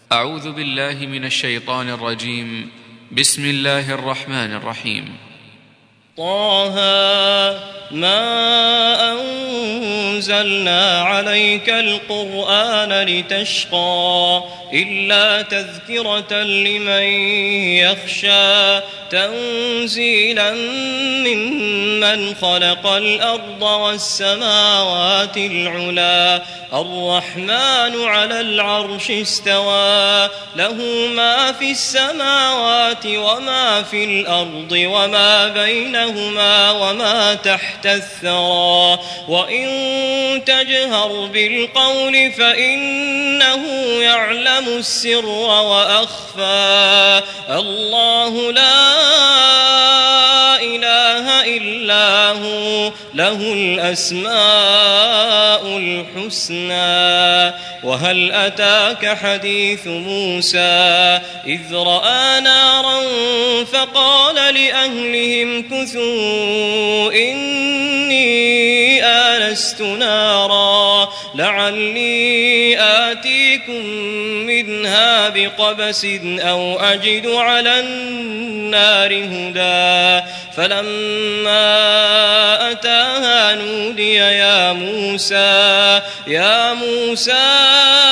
أعوذ بالله من الشيطان الرجيم. بسم الله الرحمن الرحيم. طه ما أنزلنا عليك القرآن لتشقى إلا تذكرة لمن يخشى تنزيلا ممن خلق الأرض والسماوات العلى الرحمن على العرش استوى له ما في السماوات وما في الأرض وما بينهما وما تحت الثرى وإن تجهر بالقول فإنه يعلم السر وأخفى الله لا إله إلا هو له الأسماء الحسنى. وهل أتاك حديث موسى إذ رأى نارا فقال لأهلهم كثوا إني آنست نارا لعلي آتيكم منها بقبس أو أجد على النار هدى فلما أتاها نودي يا موسى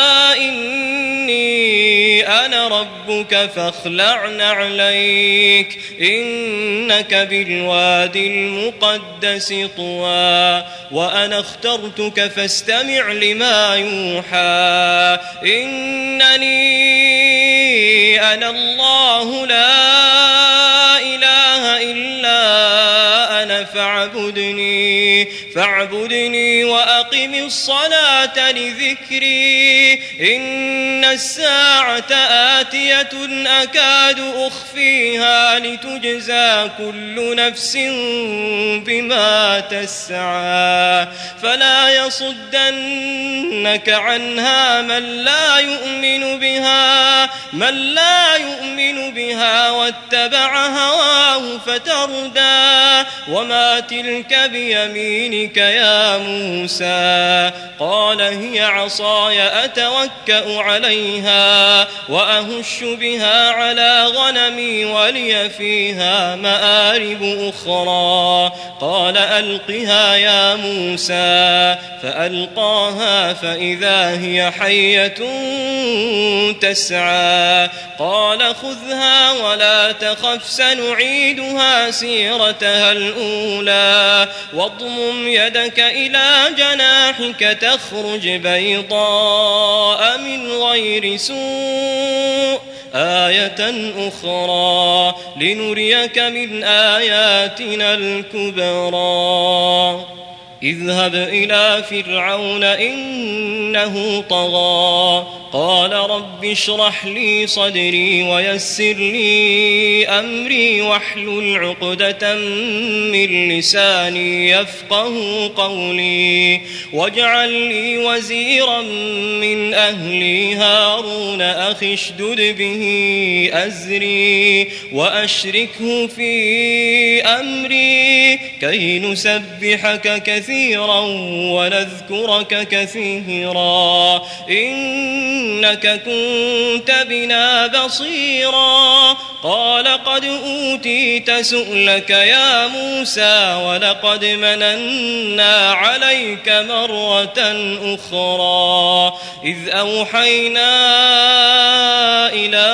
إني أنا ربك فاخلع نعليك إنك بالوادي المقدس طوى وأنا اخترتك فاستمع لما يوحى إنني أنا الله لا إله إلا أنا فاعبدني وأقم الصلاة لذكري إن الساعة آتية أكاد أخفيها لتجزى كل نفس بما تسعى فلا يصدنك عنها من لا يؤمن بها واتبع هواه فتردى وما تلك بيمينك يا موسى قال هي عصاي أتوكأ عليها وأهش بها على غنمي ولي فيها مآرب أخرى قال ألقها يا موسى فألقاها فإذا هي حية تسعى قال خذها ولا تخف سنعيدها سيرتها الأولى واضمم يدك إلى جناحك تخرج بيضاء من غير سوء آية أخرى لنريك من آياتنا الكبرى اذهب إلى فرعون إنه طغى قال رب اشرح لي صدري ويسر لي أمري واحلل عقدة من لساني يفقه قولي واجعل لي وزيرا من أهلي هارون أخي اشدد به أزري وأشركه في أمري كي نسبحك كثيرا ونذكرك كثيرا إنك كنت بنا بصيرا قال قد أوتيت سؤلك يا موسى ولقد مننا عليك مرة أخرى إذ أوحينا إلى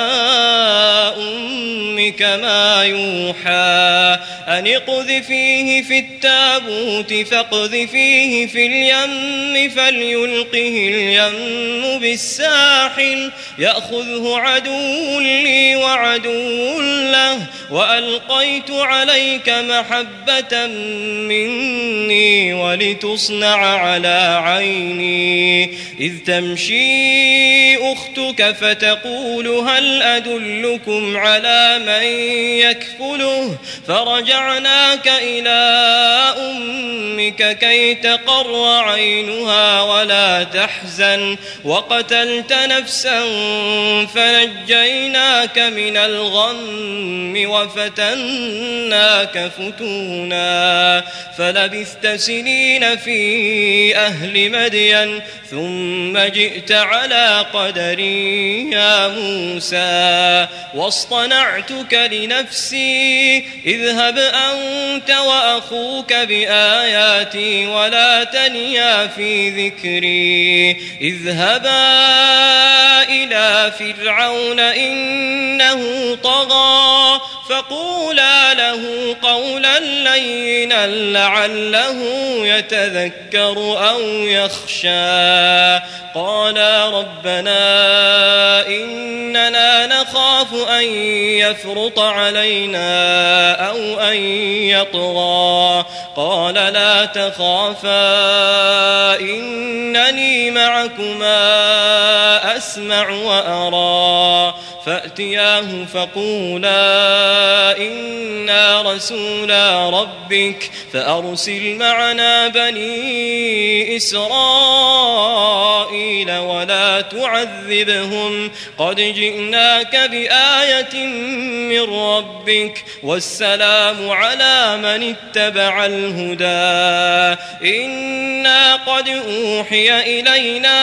أمك ما يوحى أن اقذفيه في التابوت فاقذفيه في اليم فليلقه اليم بالساحل يأخذه عدو لي وعدو له وألقيت عليك محبة مني ولتصنع على عيني إذ تمشي أختك فتقول هل أدلكم على من يكفله فرجعناك إلى أمك كي تقر عينها ولا تحزن وقتلت نفسا فنجيناك من الغم وفتناك فتونا فلبثت سنين في أهل مدين ثم جئت على قدري يا موسى واصطنعتك لنفسي اذهب أنت وأخوك بآياتي ولا تنيا في ذكري اذهبا إلى فرعون إنه طغى فقولا له قولا لينا لعله يتذكر أو يخشى قالا ربنا إننا نخاف أن يفرط علينا أو أن يطغى قال لا تخافا إنني معكما أسمع وأرى فأتياه فقولا إنا رسولا ربك فأرسل معنا بني إسرائيل ولا تعذبهم قد جئناك بآية من ربك والسلام على من اتبع الهدى إنا قد أوحي إلينا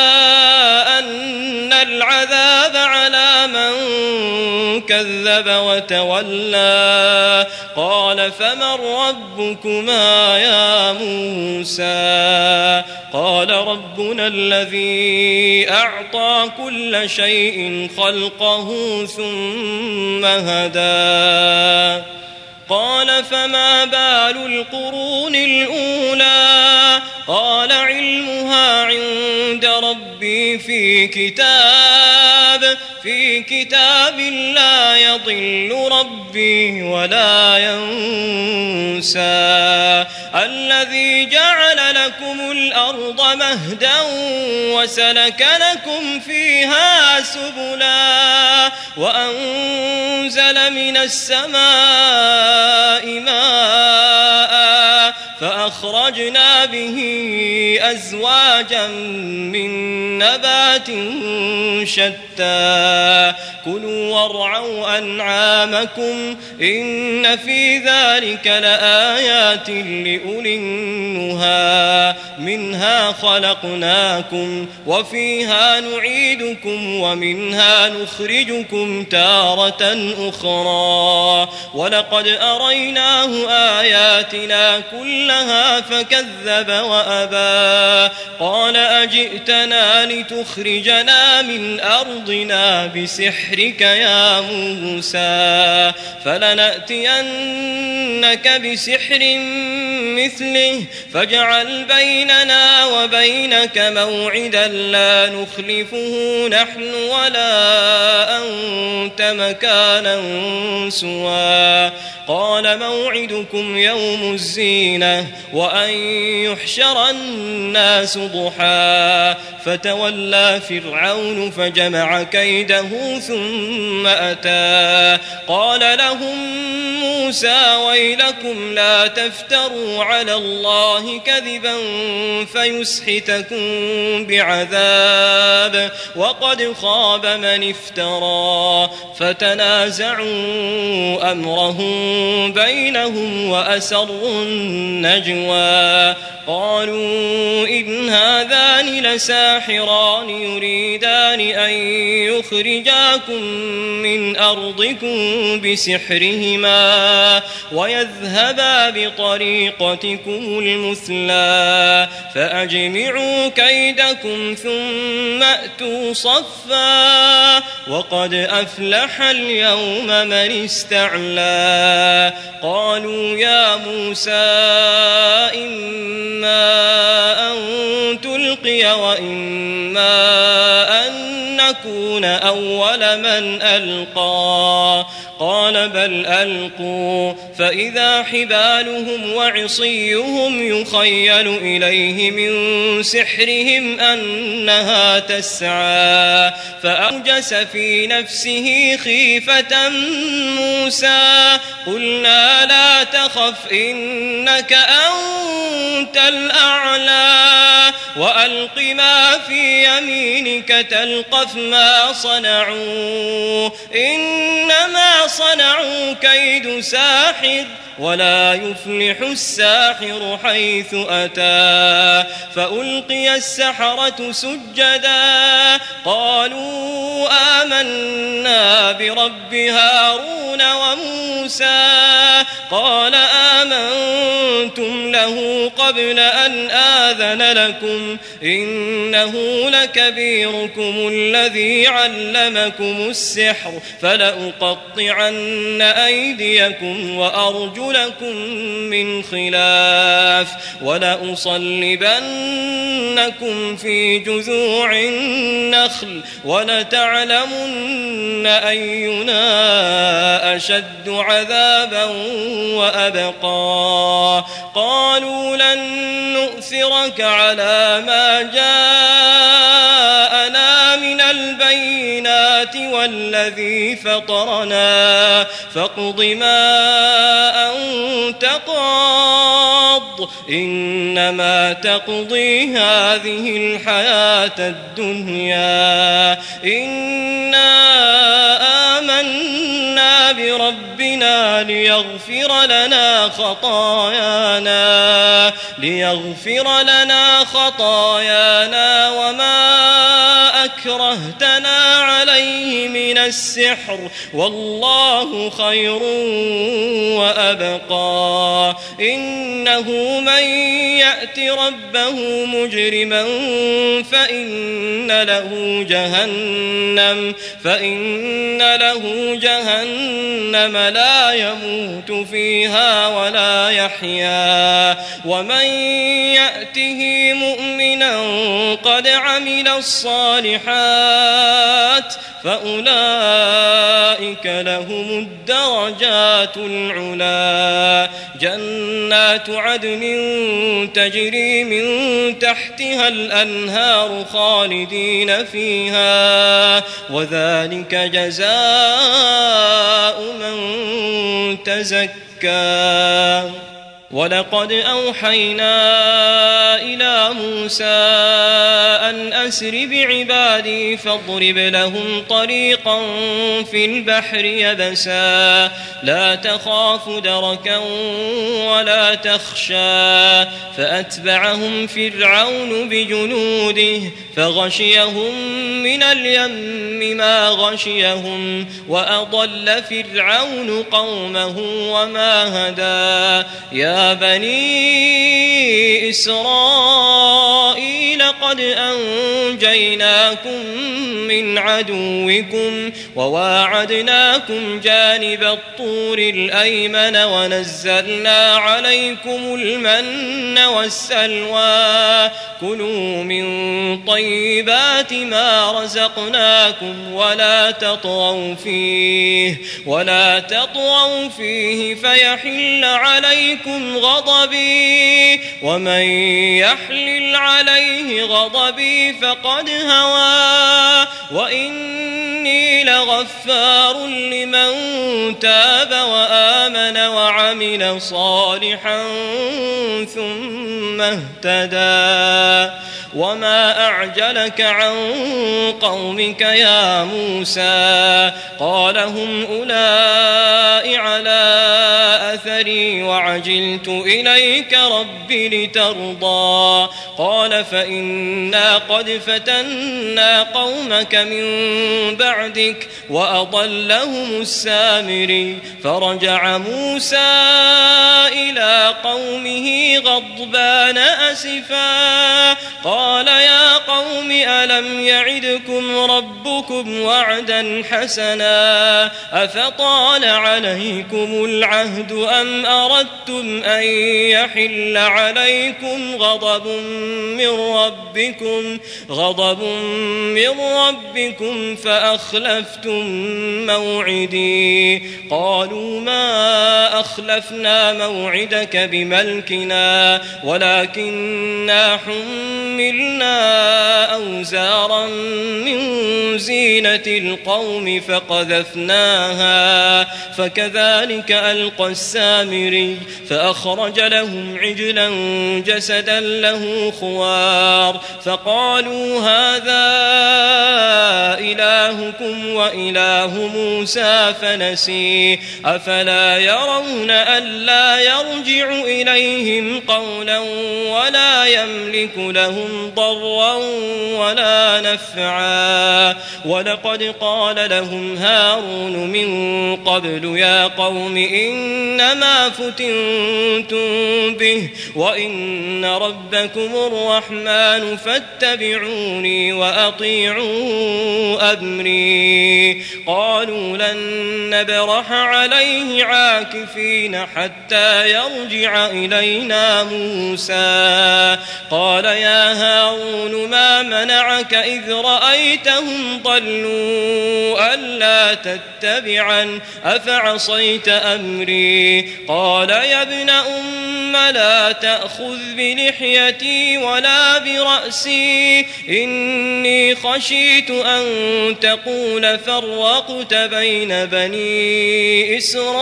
أن العذاب على من كذب وتولى قال فمن ربكما يا موسى قال ربنا الذي أعطى كل شيء خلقه ثم هدى قال فما بال القرون الأولى قال علمها عند ربي في كتاب لا يضل ربي ولا ينسى الذي جعل لكم الأرض مهدا وسلك لكم فيها سبلا وأنزل من السماء ماء فأخرجنا به أزواجا من نبات شتى كلوا وارعوا أنعامكم إن في ذلك لآيات لأولي النهى منها خلقناكم وفيها نعيدكم ومنها نخرجكم تارة أخرى ولقد أريناه آياتنا كلها فكذب وأبى قال أجئتنا لتخرجنا من أرضنا بسحرك يا موسى فلنأتينك بسحر مثله فاجعل بيننا وبينك موعدا لا نخلفه نحن ولا أنت مكانا سوى قال موعدكم يوم الزينة وأن يحشر الناس ضحى فتولى فرعون فجمع كيده ثم أتى قال لهم موسى ويلكم لا تفتروا على الله كذبا فيسحتكم بعذاب وقد خاب من افترى فتنازعوا أمرهم بينهم وأسروا النجوى قالوا إن هذان لساحران يريدان أن يخرجاكم من أرضكم بسحرهما ويذهبا بطريقتكم المثلى فأجمعوا كيدكم ثم أتوا صفا وقد أفلح اليوم من استعلى قالوا يا موسى إما أن تلقي وإما أن نكون أول من ألقى قال بل ألقوا فإذا حبالهم وعصيهم يخيل إليه من سحرهم أنها تسعى فأوجس في نفسه خيفة موسى قلنا لا تخف إنك أنت الأعلى وألق ما في يمينك تلقف ما صنعوا إنما صنعوا كيد ساحر ولا يفلح الساحر حيث أتى فألقي السحرة سجدا قالوا آمنا برب هارون وموسى قال آمنتم له قبل أن آذن لكم إنه لكبيركم الذي علمكم السحر فلأقطعن أيديكم وأرجلكم من خلاف ولأصلبنكم في جذوع النخل ولتعلمن أينا أشد عذابا وأبقى قالوا لن نؤثرك على ما جاءنا من البينات والذي فطرنا فاقض ما أنت قاض إنما تقضي هذه الحياة الدنيا إنا آمنا بربنا ليغفر لنا خطايانا وما أكرهتنا عليه من السحر والله خير وأبقى إنه من يأت ربه مجرما فإن له جهنم لا يموت فيها ولا يحيا ومن يأته مؤمنا قد عمل الصالحات فأولئك لهم الدرجات العلا جنات عدن تجري من تحتها الأنهار خالدين فيها وذلك جزاء من تزكى ولقد أوحينا إلى موسى أن أسر بعبادي فاضرب لهم طريقا في البحر يبسا لا تخاف دركا ولا تخشى فأتبعهم فرعون بجنوده فغشيهم من اليم ما غشيهم وأضل فرعون قومه وما هدى يا بني إسرائيل قد أنجيناكم من عدوكم وواعدناكم جانب الطور الأيمن ونزلنا عليكم المن والسلوى كلوا من طيبات ما رزقناكم ولا تطغوا فيه فيحل عليكم غضبي ومن يحلل عليه غضبي فقد هوى وإني لغفار لمن تاب وآمن وعمل صالحا ثم اهتدى وما أعجلك عن قومك يا موسى قال هم أولئك على أثري وعجلت إليك رب لترضى قال فإنا قد فتنا قومك من بعدك وأضلهم السامري فرجع موسى إلى قومه غضبان أسفا قال يا قوم ألم يعدكم ربكم وعدا حسنا أفطال عليكم العهد أم أردتم أن يحل عليكم غضب من ربكم فأخلفتم موعدي قالوا ما أخلفنا موعدك بملكنا ولكننا حملنا أوزارا من زينة القوم فقذفناها فكذلك ألقى السامري فأخرج لهم عجلا جسدا له خوار فقالوا هذا إلهكم وإله موسى فنسي أفلا يرون ألا يرجع إليهم قولا ولا يملك لهم ضرا ولا نفعا ولقد قال لهم هارون من قبل يا قوم إنما فتنتم به وإن ربكم الرحمن فاتبعوني وأطيعوا أمري قالوا لن نبرح عليه عاكفين حتى يرجع إلينا موسى قال يا هارون ما منعك إذ رأيتهم ضلوا ألا تتبعا أفعصيت أمري قال يا ابن أم لا تأخذ بلحيتي ولا برأسي إني خشيت أن تقول فرقت بين بني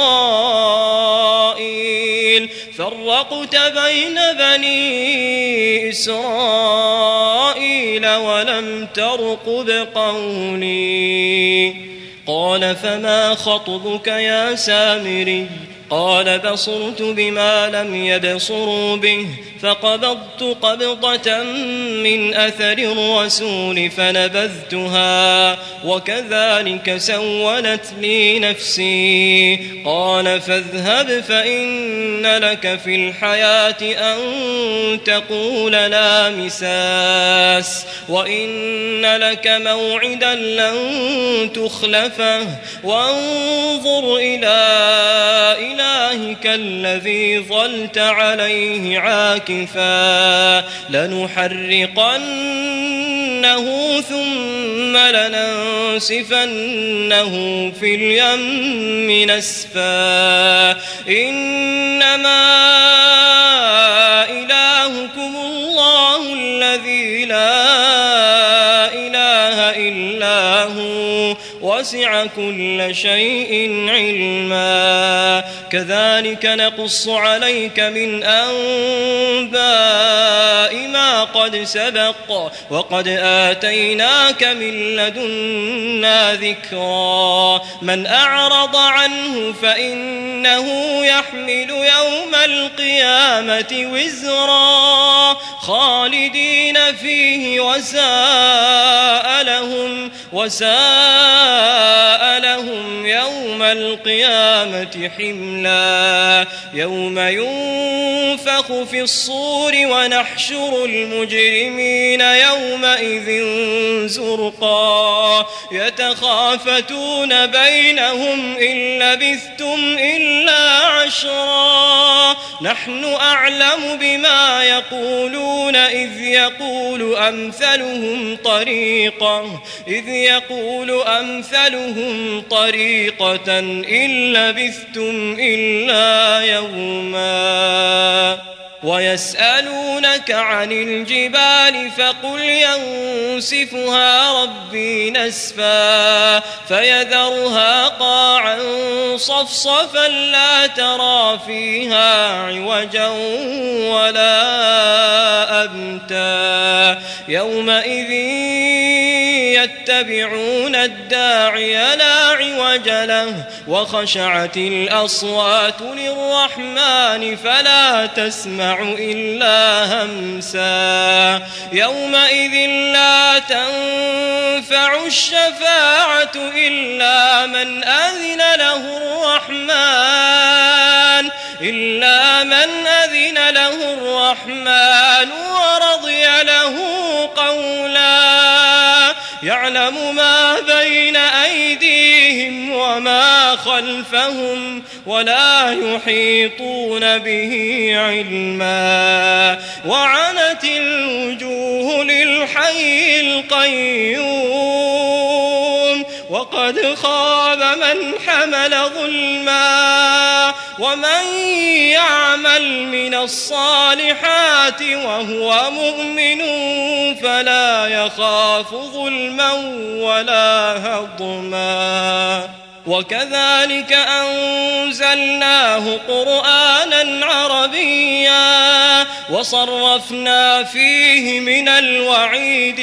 إسرائيل ولم ترقب قولي قال فما خطبك يا سامري قال بصرت بما لم يبصروا به فقبضت قبضة من أثر الرسول فنبذتها وكذلك سولت لي نفسي قال فاذهب فإن لك في الحياة أن تقول لا مساس وإن لك موعدا لن تخلفه وانظر إلى إلهك الذي ظلت عليه عاكفا لنحرقنه ثم لننسفنه في اليم نسفا إنما إلهكم الله الذي لا إله إلا هو وسع كل شيء علما كذلك نقص عليك من أنباء ما قد سبق وقد آتيناك من لدنا ذكرا من أعرض عنه فإنه يحمل يوم القيامة وزرا خالدين فيه وساء لهم يوم القيامة حملا يوم ينفخ في الصور ونحشر المجرمين يومئذ زرقا يتخافتون بينهم إن لبثتم إلا عشرا نحن أعلم بما يقولون إذ يقول أمثلهم طريقة إن لبثتم إلا يوما ويسألونك عن الجبال فقل ينسفها ربي نسفا فيذرها قاعا صفصفا لا ترى فيها عوجا ولا أمتا يومئذ يتبعون الداعي لا عوج له وخشعت الأصوات للرحمن فلا تسمع إلا همسا يومئذ لا تنفع الشفاعة إلا من أذن له الرحمن ورضي له قولا يعلم ما بين أيديهم وما خلفهم ولا يحيطون به علما وعنت الوجوه للحي القيوم وقد خاب من حمل ظلما ومن يعمل من الصالحات وهو مؤمن فلا يخاف ظلما ولا هضما وكذلك أنزلناه قرآنا عربيا وصرفنا فيه من الوعيد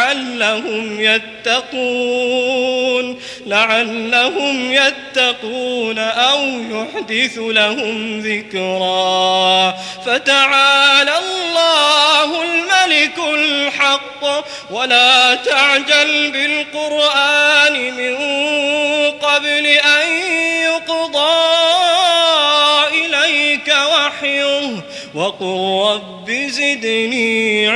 لعلهم يتقون أو يحدث لهم ذكرا فتعالى الله الملك الحق ولا تعجل بالقرآن من قبل أن يقضى إليك وحيه وقل رب زدني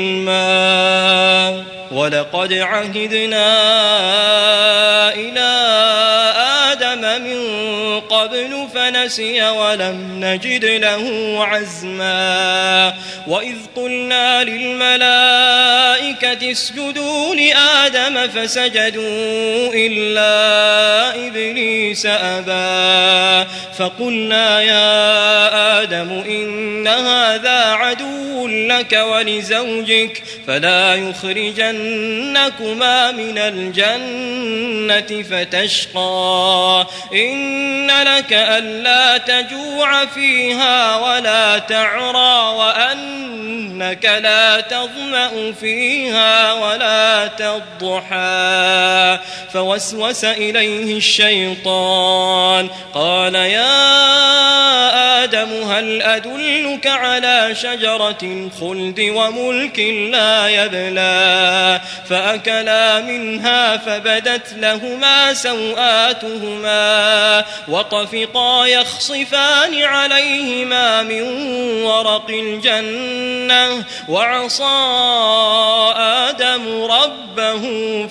علما ولقد عهدنا إلى آدم من قبل فنسي ولم نجد له عزما وإذ قلنا للملائكة اسجدوا لآدم فسجدوا إلا إبليس أبى فقلنا يا آدم إن هذا عدو لك ولزوجك فلا يخرجنكما من الجنة فتشقى إن لك ألا تجوع فيها ولا تعرى وأنك لا تظمأ فيها ولا تضحى فوسوس إليه الشيطان قال يا آدم هل أدلك على شجرة الخلد وملك لا يبلى فأكلا منها فبدت لهما سوآتهما وطفقا يخصفان عليهما من ورق الجنة وعصى آدم ربه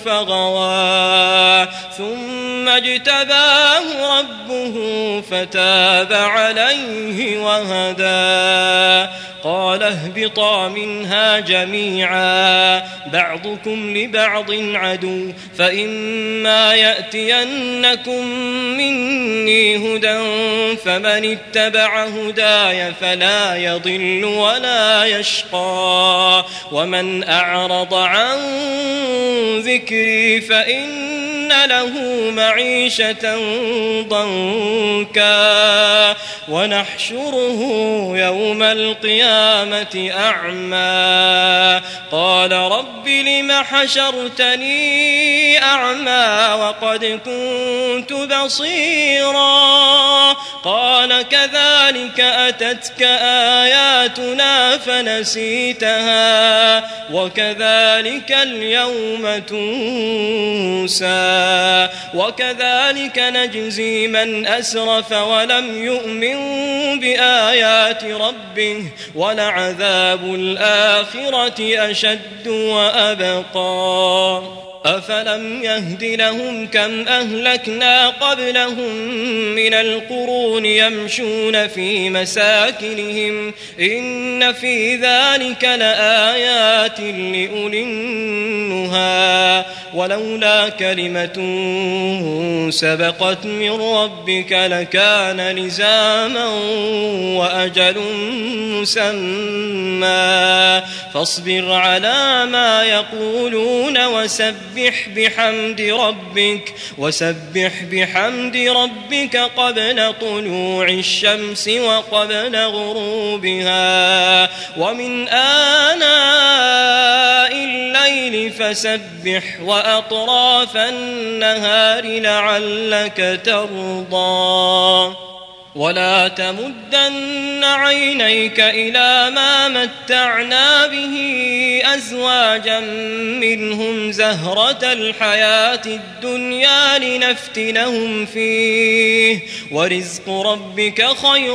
فغوى ثم اجتباه ربه فتاب عليه وهدى قال اهبطا منها جميعا بعضكم لبعض عدو فإما يأتينكم مني هدى فمن اتبع هداي فلا يضل ولا يشقى ومن أعرض عن ذكري فإن له معيشة ضنكا ونحشره يوم القيامة أعمى قال رب لم حشرتني أعمى وقد كنت بصيرا قال كذلك أتتك آياتنا فنسيتها وكذلك اليوم تنسى وكذلك نجزي من أسرف ولم يؤمن بآيات ربه ولعذاب الآخرة أشد وأبقى أفلم يهد لهم كم أهلكنا قبلهم من القرون يمشون في مساكنهم إن في ذلك لآيات لأولي النهى ولولا كلمة سبقت من ربك لكان لزاما وأجل مسمى فاصبر على ما يقولون وسبح بحمد ربك قبل طلوع الشمس وقبل غروبها ومن آناء الليل فسبح وأطراف النهار لعلك ترضى ولا تمدن عينيك إلى ما متعنا به أزواجا منهم زهرة الحياة الدنيا لنفتنهم فيه ورزق ربك خير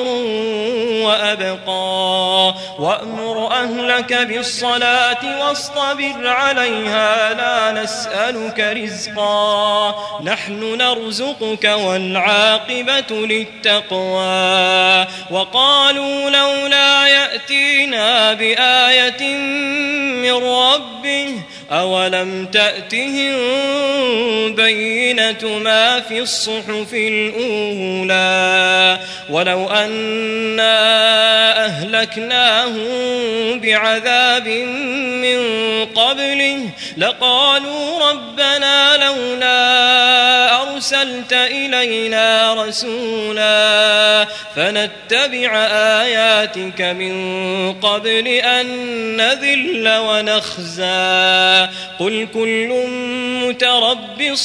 وأبقى وأمر أهلك بالصلاة واصطبر عليها لا نسألك رزقا نحن نرزقك والعاقبة للتقوى وقالوا لولا يأتينا بآية من ربه أولم تأتهم البينة ما في الصحف الأولى ولو أنا أهلكناهم بعذاب من قبله لقالوا ربنا لولا أرسلت إلينا رسولا فنتبع آياتك من قبل أن نذل ونخزى قل كل متربص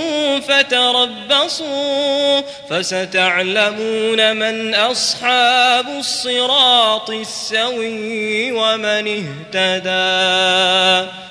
فتربصوا فستعلمون من أصحاب الصراط السوي ومن اهتدى.